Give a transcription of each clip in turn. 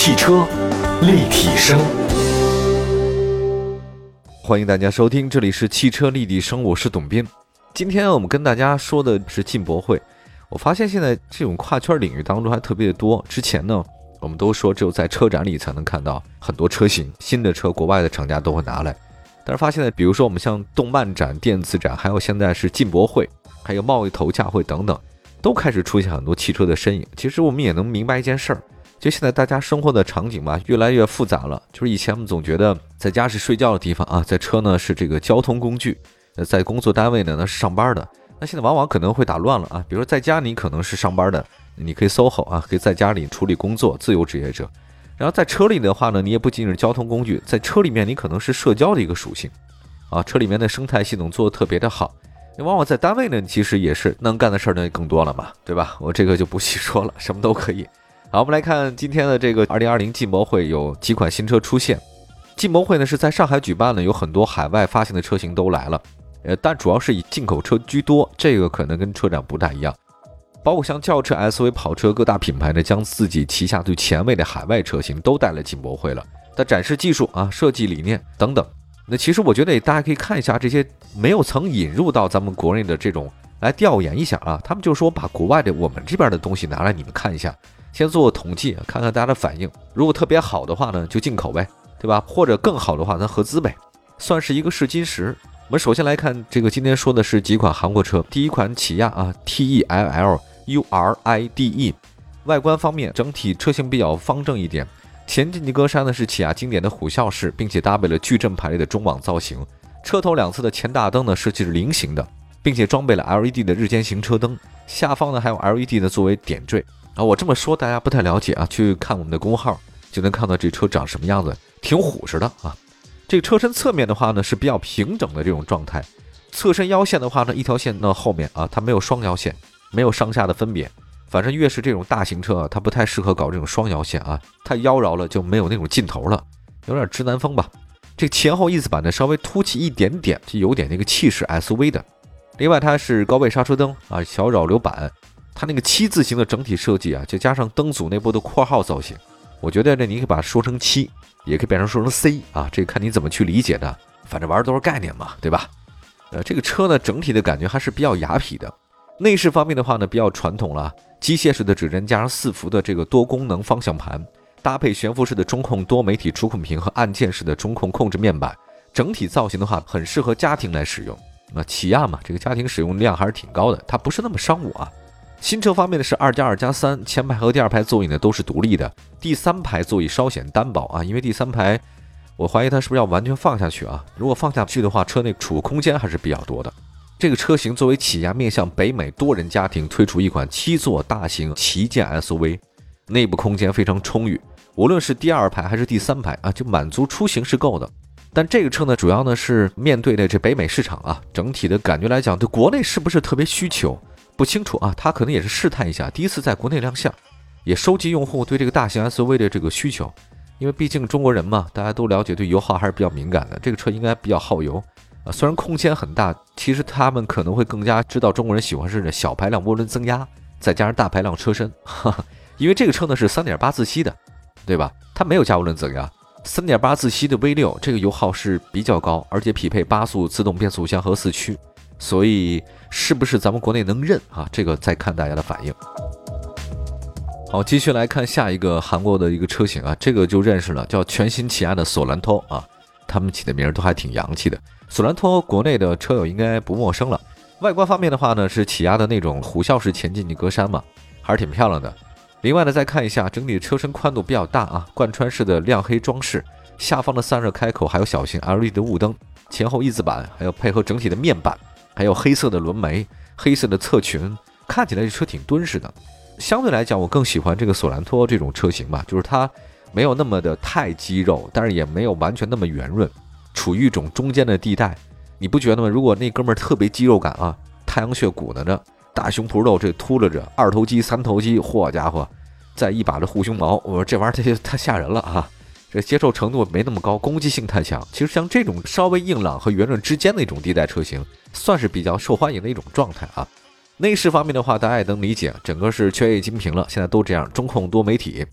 汽车立体声，欢迎大家收听，这里是汽车立体声，我是董斌。今天我们跟大家说的是进博会。我发现现在这种跨圈领域当中还特别的多。之前呢，我们都说只有在车展里才能看到很多车型，新的车国外的厂家都会拿来。但是发现呢，比如说我们像动漫展、电子展，还有现在是进博会，还有贸易头架会等等，都开始出现很多汽车的身影。其实我们也能明白一件事儿，就现在大家生活的场景嘛，越来越复杂了。就是以前我们总觉得在家是睡觉的地方啊，在车呢是这个交通工具，在工作单位呢是上班的。那现在往往可能会打乱了啊，比如说在家你可能是上班的，你可以 SOHO 啊，可以在家里处理工作，自由职业者。然后在车里的话呢，你也不仅是交通工具，在车里面你可能是社交的一个属性啊，车里面的生态系统做得特别的好。往往在单位呢，其实也是能干的事儿呢更多了嘛，对吧？我这个就不细说了，什么都可以。好，我们来看今天的这个2020进博会有几款新车出现。进博会呢是在上海举办的，有很多海外发行的车型都来了，但主要是以进口车居多，这个可能跟车展不太一样。包括像轿车、SUV、跑车各大品牌呢，将自己旗下最前卫的海外车型都带来进博会了，它展示技术啊、设计理念等等。那其实我觉得大家可以看一下这些没有曾引入到咱们国内的这种，来调研一下啊。他们就说把国外的我们这边的东西拿来你们看一下，先做个统计，看看大家的反应。如果特别好的话呢，就进口呗，对吧？或者更好的话，咱合资呗，算是一个试金石。我们首先来看这个，今天说的是几款韩国车。第一款起亚啊 ，TELL URIDE， 外观方面整体车型比较方正一点。前进气格栅呢是起亚经典的虎啸式，并且搭配了矩阵排列的中网造型。车头两侧的前大灯呢设计是菱形的，并且装备了 LED 的日间行车灯，下方呢还有 LED 的作为点缀。我这么说大家不太了解啊，去看我们的公号就能看到这车长什么样子，挺虎实的啊。这个车身侧面的话呢是比较平整的这种状态，侧身腰线的话呢一条线到后面啊，它没有双腰线，没有上下的分别。反正越是这种大型车，它不太适合搞这种双腰线啊，太妖娆了就没有那种劲头了，有点直男风吧。这前后翼子板呢稍微凸起一点点，就有点那个气势 SUV 的。另外它是高倍刹车灯啊，小扰流板，它那个7字形的整体设计啊，就加上灯组内部的括号造型，我觉得这你可以把它说成7，也可以变成说成 C 啊，这个看你怎么去理解的，反正玩的都是概念嘛，对吧？这个车呢整体的感觉还是比较雅痞的。内饰方面的话呢比较传统了，机械式的指针加上4幅的这个多功能方向盘，搭配悬浮式的中控多媒体触控屏和按键式的中控控制面板，整体造型的话很适合家庭来使用。那起亚嘛，这个家庭使用量还是挺高的，它不是那么商务啊。新车方面的是 2+2+3， 前排和第二排座椅呢都是独立的，第三排座椅稍显单薄啊，因为第三排我怀疑它是不是要完全放下去啊？如果放下去的话，车内储物空间还是比较多的。这个车型作为起亚面向北美多人家庭推出一款7座大型旗舰 SUV， 内部空间非常充裕，无论是第二排还是第三排啊，就满足出行是够的。但这个车呢，主要呢是面对的这北美市场啊，整体的感觉来讲，对国内是不是特别需求不清楚啊，它可能也是试探一下，第一次在国内亮相，也收集用户对这个大型 SUV 的这个需求。因为毕竟中国人嘛，大家都了解，对油耗还是比较敏感的，这个车应该比较耗油。虽然空间很大，其实他们可能会更加知道中国人喜欢是小排量涡轮增压，再加上大排量车身，因为这个车呢是 3.8 自吸的，对吧？它没有加涡轮增压， 3.8 自吸的 V6， 这个油耗是比较高，而且匹配8速自动变速箱和4驱，所以是不是咱们国内能认啊？这个再看大家的反应。好，继续来看下一个韩国的一个车型啊，这个就认识了，叫全新起亚的索兰托啊，他们起的名都还挺洋气的。索兰托国内的车友应该不陌生了。外观方面的话呢，是起亚的那种虎啸式前进气格栅嘛，还是挺漂亮的。另外呢，再看一下整体的车身宽度比较大啊，贯穿式的亮黑装饰，下方的散热开口，还有小型 LED 的雾灯，前后翼子板，还有配合整体的面板，还有黑色的轮眉，黑色的侧裙，看起来这车挺敦实的。相对来讲，我更喜欢这个索兰托这种车型吧，就是它没有那么的太肌肉，但是也没有完全那么圆润，处于一种中间的地带。你不觉得吗？如果那哥们儿特别肌肉感啊，太阳穴鼓囊着，大胸脯肉这秃了着，2头肌3头肌，嚯家伙，再一把这护胸毛，我说这玩意儿太吓人了啊！这接受程度没那么高，攻击性太强。其实像这种稍微硬朗和圆润之间的一种地带车型，算是比较受欢迎的一种状态啊。内饰方面的话，大家也能理解，整个是全液晶屏了，现在都这样，中控多媒体。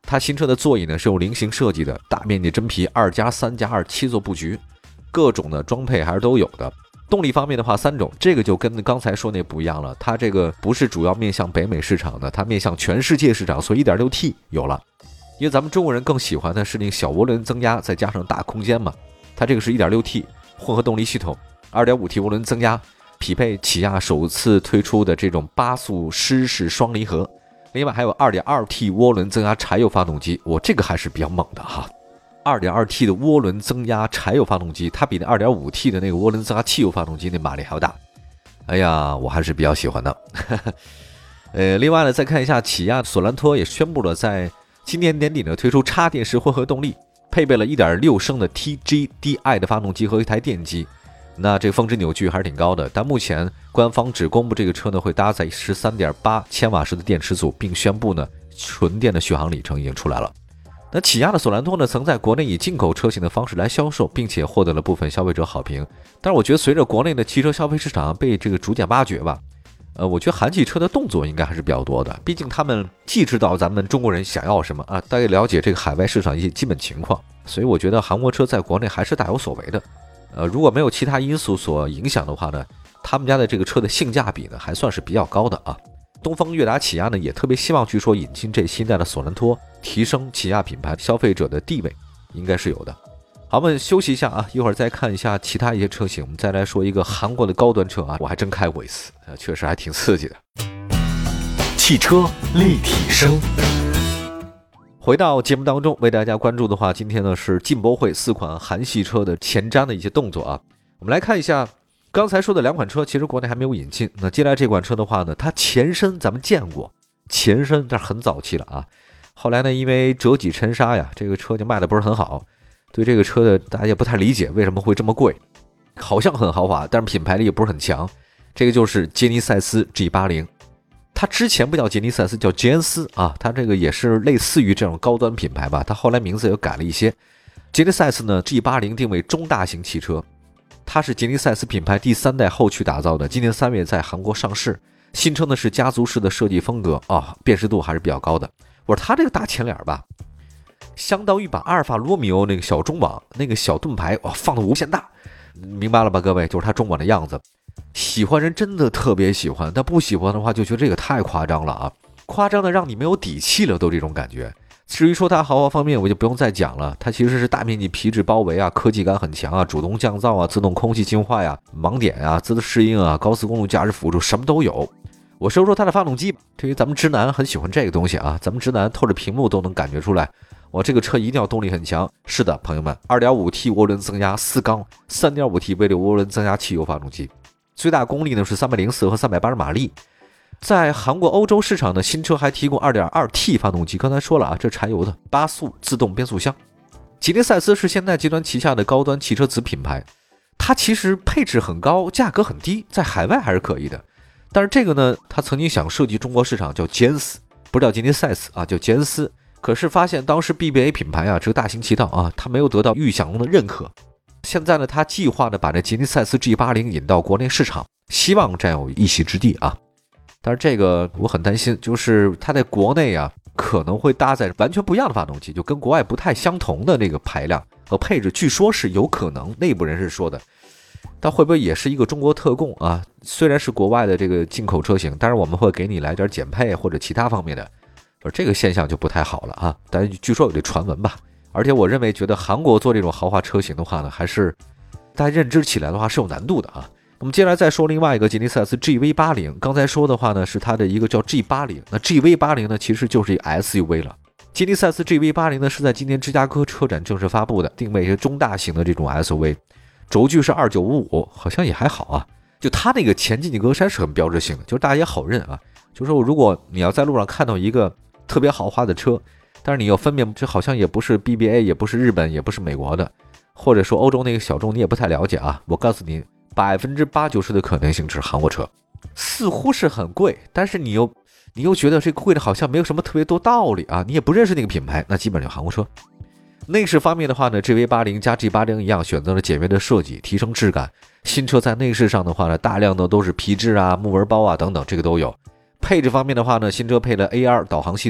它新车的座椅呢是用菱形设计的，大面积真皮2+3+2 7座布局，各种的装配还是都有的。动力方面的话3种，这个就跟刚才说那不一样了，它这个不是主要面向北美市场的，它面向全世界市场，所以 1.6T 有了。因为咱们中国人更喜欢的是那个小涡轮增压再加上大空间嘛，它这个是 1.6T 混合动力系统， 2.5T 涡轮增压，匹配起亚首次推出的这种8速湿式双离合，另外还有 2.2T 涡轮增压柴油发动机，我这个还是比较猛的哈。2.2T 的涡轮增压柴油发动机，它比那 2.5T 的那个涡轮增压汽油发动机那马力还要大。哎呀，我还是比较喜欢的。另外呢，再看一下起亚索兰托也宣布了在今年年底呢推出插电式混合动力，配备了 1.6 升的 TGDI 的发动机和一台电机。那这个峰值扭矩还是挺高的，但目前官方只公布这个车呢会搭载 13.8 千瓦时的电池组，并宣布呢纯电的续航里程已经出来了。那起亚的索兰托呢，曾在国内以进口车型的方式来销售，并且获得了部分消费者好评。但是我觉得随着国内的汽车消费市场被这个逐渐挖掘吧，我觉得韩系车的动作应该还是比较多的，毕竟他们既知道咱们中国人想要什么啊，大概了解这个海外市场一些基本情况，所以我觉得韩国车在国内还是大有所为的。如果没有其他因素所影响的话呢，他们家的这个车的性价比呢还算是比较高的啊。东风悦达起亚呢也特别希望据说引进这新代的索兰托，提升起亚品牌消费者的地位，应该是有的。好，我们休息一下啊，一会儿再看一下其他一些车型，我们再来说一个韩国的高端车啊，我还真开过一次，确实还挺刺激的。 汽车立体声。 回到节目当中，为大家关注的话，今天呢是进博会4款韩系车的前瞻的一些动作啊。我们来看一下刚才说的2款车，其实国内还没有引进。那接下来这款车的话呢，它前身咱们见过，前身但是很早期了啊。后来呢，因为折戟沉沙呀，这个车就卖的不是很好，对这个车的大家也不太理解为什么会这么贵，好像很豪华，但是品牌力也不是很强。这个就是杰尼赛斯 G80， 它之前不叫杰尼赛斯，叫杰恩斯啊，它这个也是类似于这种高端品牌吧，它后来名字也改了一些。杰尼赛斯呢 G80 定位中大型汽车，它是杰尼赛斯品牌第3代后驱打造的，今年3月在韩国上市。新车呢是家族式的设计风格啊，辨识度还是比较高的。我说它这个大前脸吧，相当于把阿尔法罗密欧那个小中网那个小盾牌放得无限大，明白了吧各位？就是它中网的样子。喜欢人真的特别喜欢，但不喜欢的话就觉得这个太夸张了啊，夸张的让你没有底气了，都这种感觉。至于说它豪华方面我就不用再讲了，它其实是大面积皮质包围啊，科技感很强啊，主动降噪啊，自动空气净化呀，盲点啊，自动适应啊，高速公路驾驶辅助什么都有。我说说它的发动机吧，对于咱们直男很喜欢这个东西啊，咱们直男透着屏幕都能感觉出来，我这个车一定要动力很强。是的朋友们， 2.5T 涡轮增压4缸 3.5T V6 涡轮增压汽油发动机，最大功率呢是304和380马力。在韩国欧洲市场的新车还提供 2.2T 发动机，刚才说了啊，这柴油的8速自动变速箱。吉利赛斯是现代集团旗下的高端汽车子品牌，它其实配置很高，价格很低，在海外还是可以的。但是这个呢，他曾经想设计中国市场，叫杰恩斯，不是叫吉尼赛斯啊，叫杰恩斯。可是发现当时 BBA 品牌啊，这个大行其道啊，它没有得到预想中的认可。现在呢，他计划的把这吉尼赛斯 G80 引到国内市场，希望占有一席之地啊。但是这个我很担心，就是它在国内啊可能会搭载完全不一样的发动机，就跟国外不太相同的那个排量和配置，据说是有可能，内部人士说的。但会不会也是一个中国特供啊？虽然是国外的这个进口车型，但是我们会给你来点减配或者其他方面的，这个现象就不太好了啊。但是据说有这传闻吧。而且我认为，觉得韩国做这种豪华车型的话呢，还是大家认知起来的话是有难度的啊。我们接下来再说另外一个吉尼赛斯 GV80， 刚才说的话呢是它的一个叫 G80， 那 GV80 呢其实就是一个 SUV 了。吉尼赛斯 GV80 呢是在今年芝加哥车展正式发布的，定位是中大型的这种 SUV， 轴距是2955，好像也还好啊。就它那个前进气格栅是很标志性的，就是大家也好认啊。就是说如果你要在路上看到一个特别豪华的车，但是你要分辨这好像也不是 BBA， 也不是日本，也不是美国的，或者说欧洲那个小众你也不太了解啊。我告诉你，80%-90%的可能性是韩国车，似乎是很贵，但是你又觉得这个贵的好像没有什么特别多道理啊，你也不认识那个品牌，那基本上韩国车。内饰方面的话呢 ，GV80 加 G80 一样，选择了简约的设计，提升质感。新车在内饰上的话呢，大量的都是皮质啊、木纹包啊等等，这个都有。配置方面的话呢，新车配了 AR 导航系统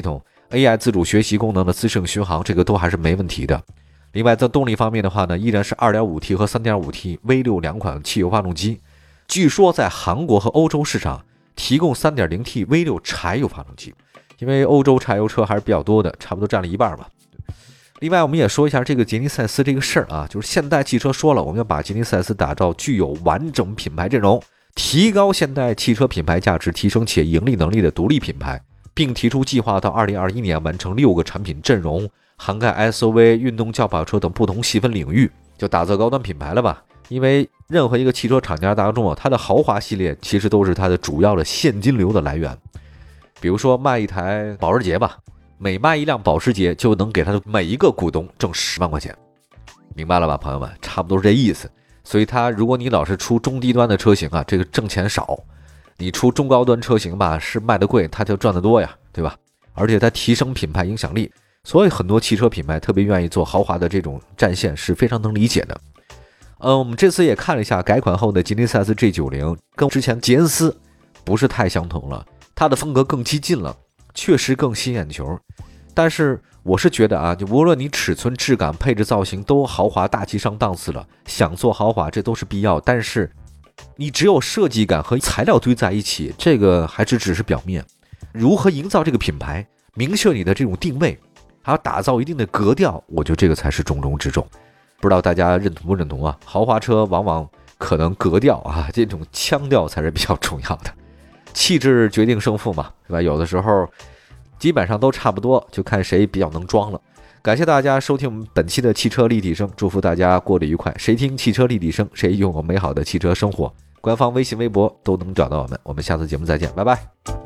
AI 自主学习功能的自适应巡航，这个都还是没问题的。另外在动力方面的话呢，依然是 2.5T 和 3.5T V6 两款汽油发动机，据说在韩国和欧洲市场提供 3.0T V6 柴油发动机，因为欧洲柴油车还是比较多的，差不多占了一半吧。另外我们也说一下这个杰尼赛斯这个事儿啊，就是现代汽车说了，我们要把杰尼赛斯打造具有完整品牌阵容，提高现代汽车品牌价值，提升企业盈利能力的独立品牌，并提出计划到2021年完成6个产品阵容，涵盖 SUV、运动轿跑车等不同细分领域，就打造高端品牌了吧。因为任何一个汽车厂家当中啊，它的豪华系列其实都是它的主要的现金流的来源。比如说卖一台保时捷吧，每卖一辆保时捷就能给他的每一个股东挣10万块钱，明白了吧，朋友们？差不多是这意思。所以如果你老是出中低端的车型啊，这个挣钱少；你出中高端车型吧，是卖的贵，它就赚得多呀，对吧？而且它提升品牌影响力，所以很多汽车品牌特别愿意做豪华的这种战线，是非常能理解的。我们这次也看了一下改款后的吉利赛斯 G90， 跟之前捷恩斯不是太相同了，它的风格更激进了，确实更吸眼球。但是我是觉得啊，就无论你尺寸、质感、配置、造型都豪华大气上档次了，想做豪华这都是必要，但是你只有设计感和材料堆在一起，这个还只是表面。如何营造这个品牌，明确你的这种定位，还要打造一定的格调，我觉得这个才是重中之重。不知道大家认同不认同啊？豪华车往往可能格调啊，这种腔调才是比较重要的，气质决定胜负嘛，对吧？有的时候基本上都差不多，就看谁比较能装了。感谢大家收听我们本期的汽车立体声，祝福大家过得愉快。谁听汽车立体声，谁拥有美好的汽车生活。官方微信、微博都能找到我们。我们下次节目再见，拜拜。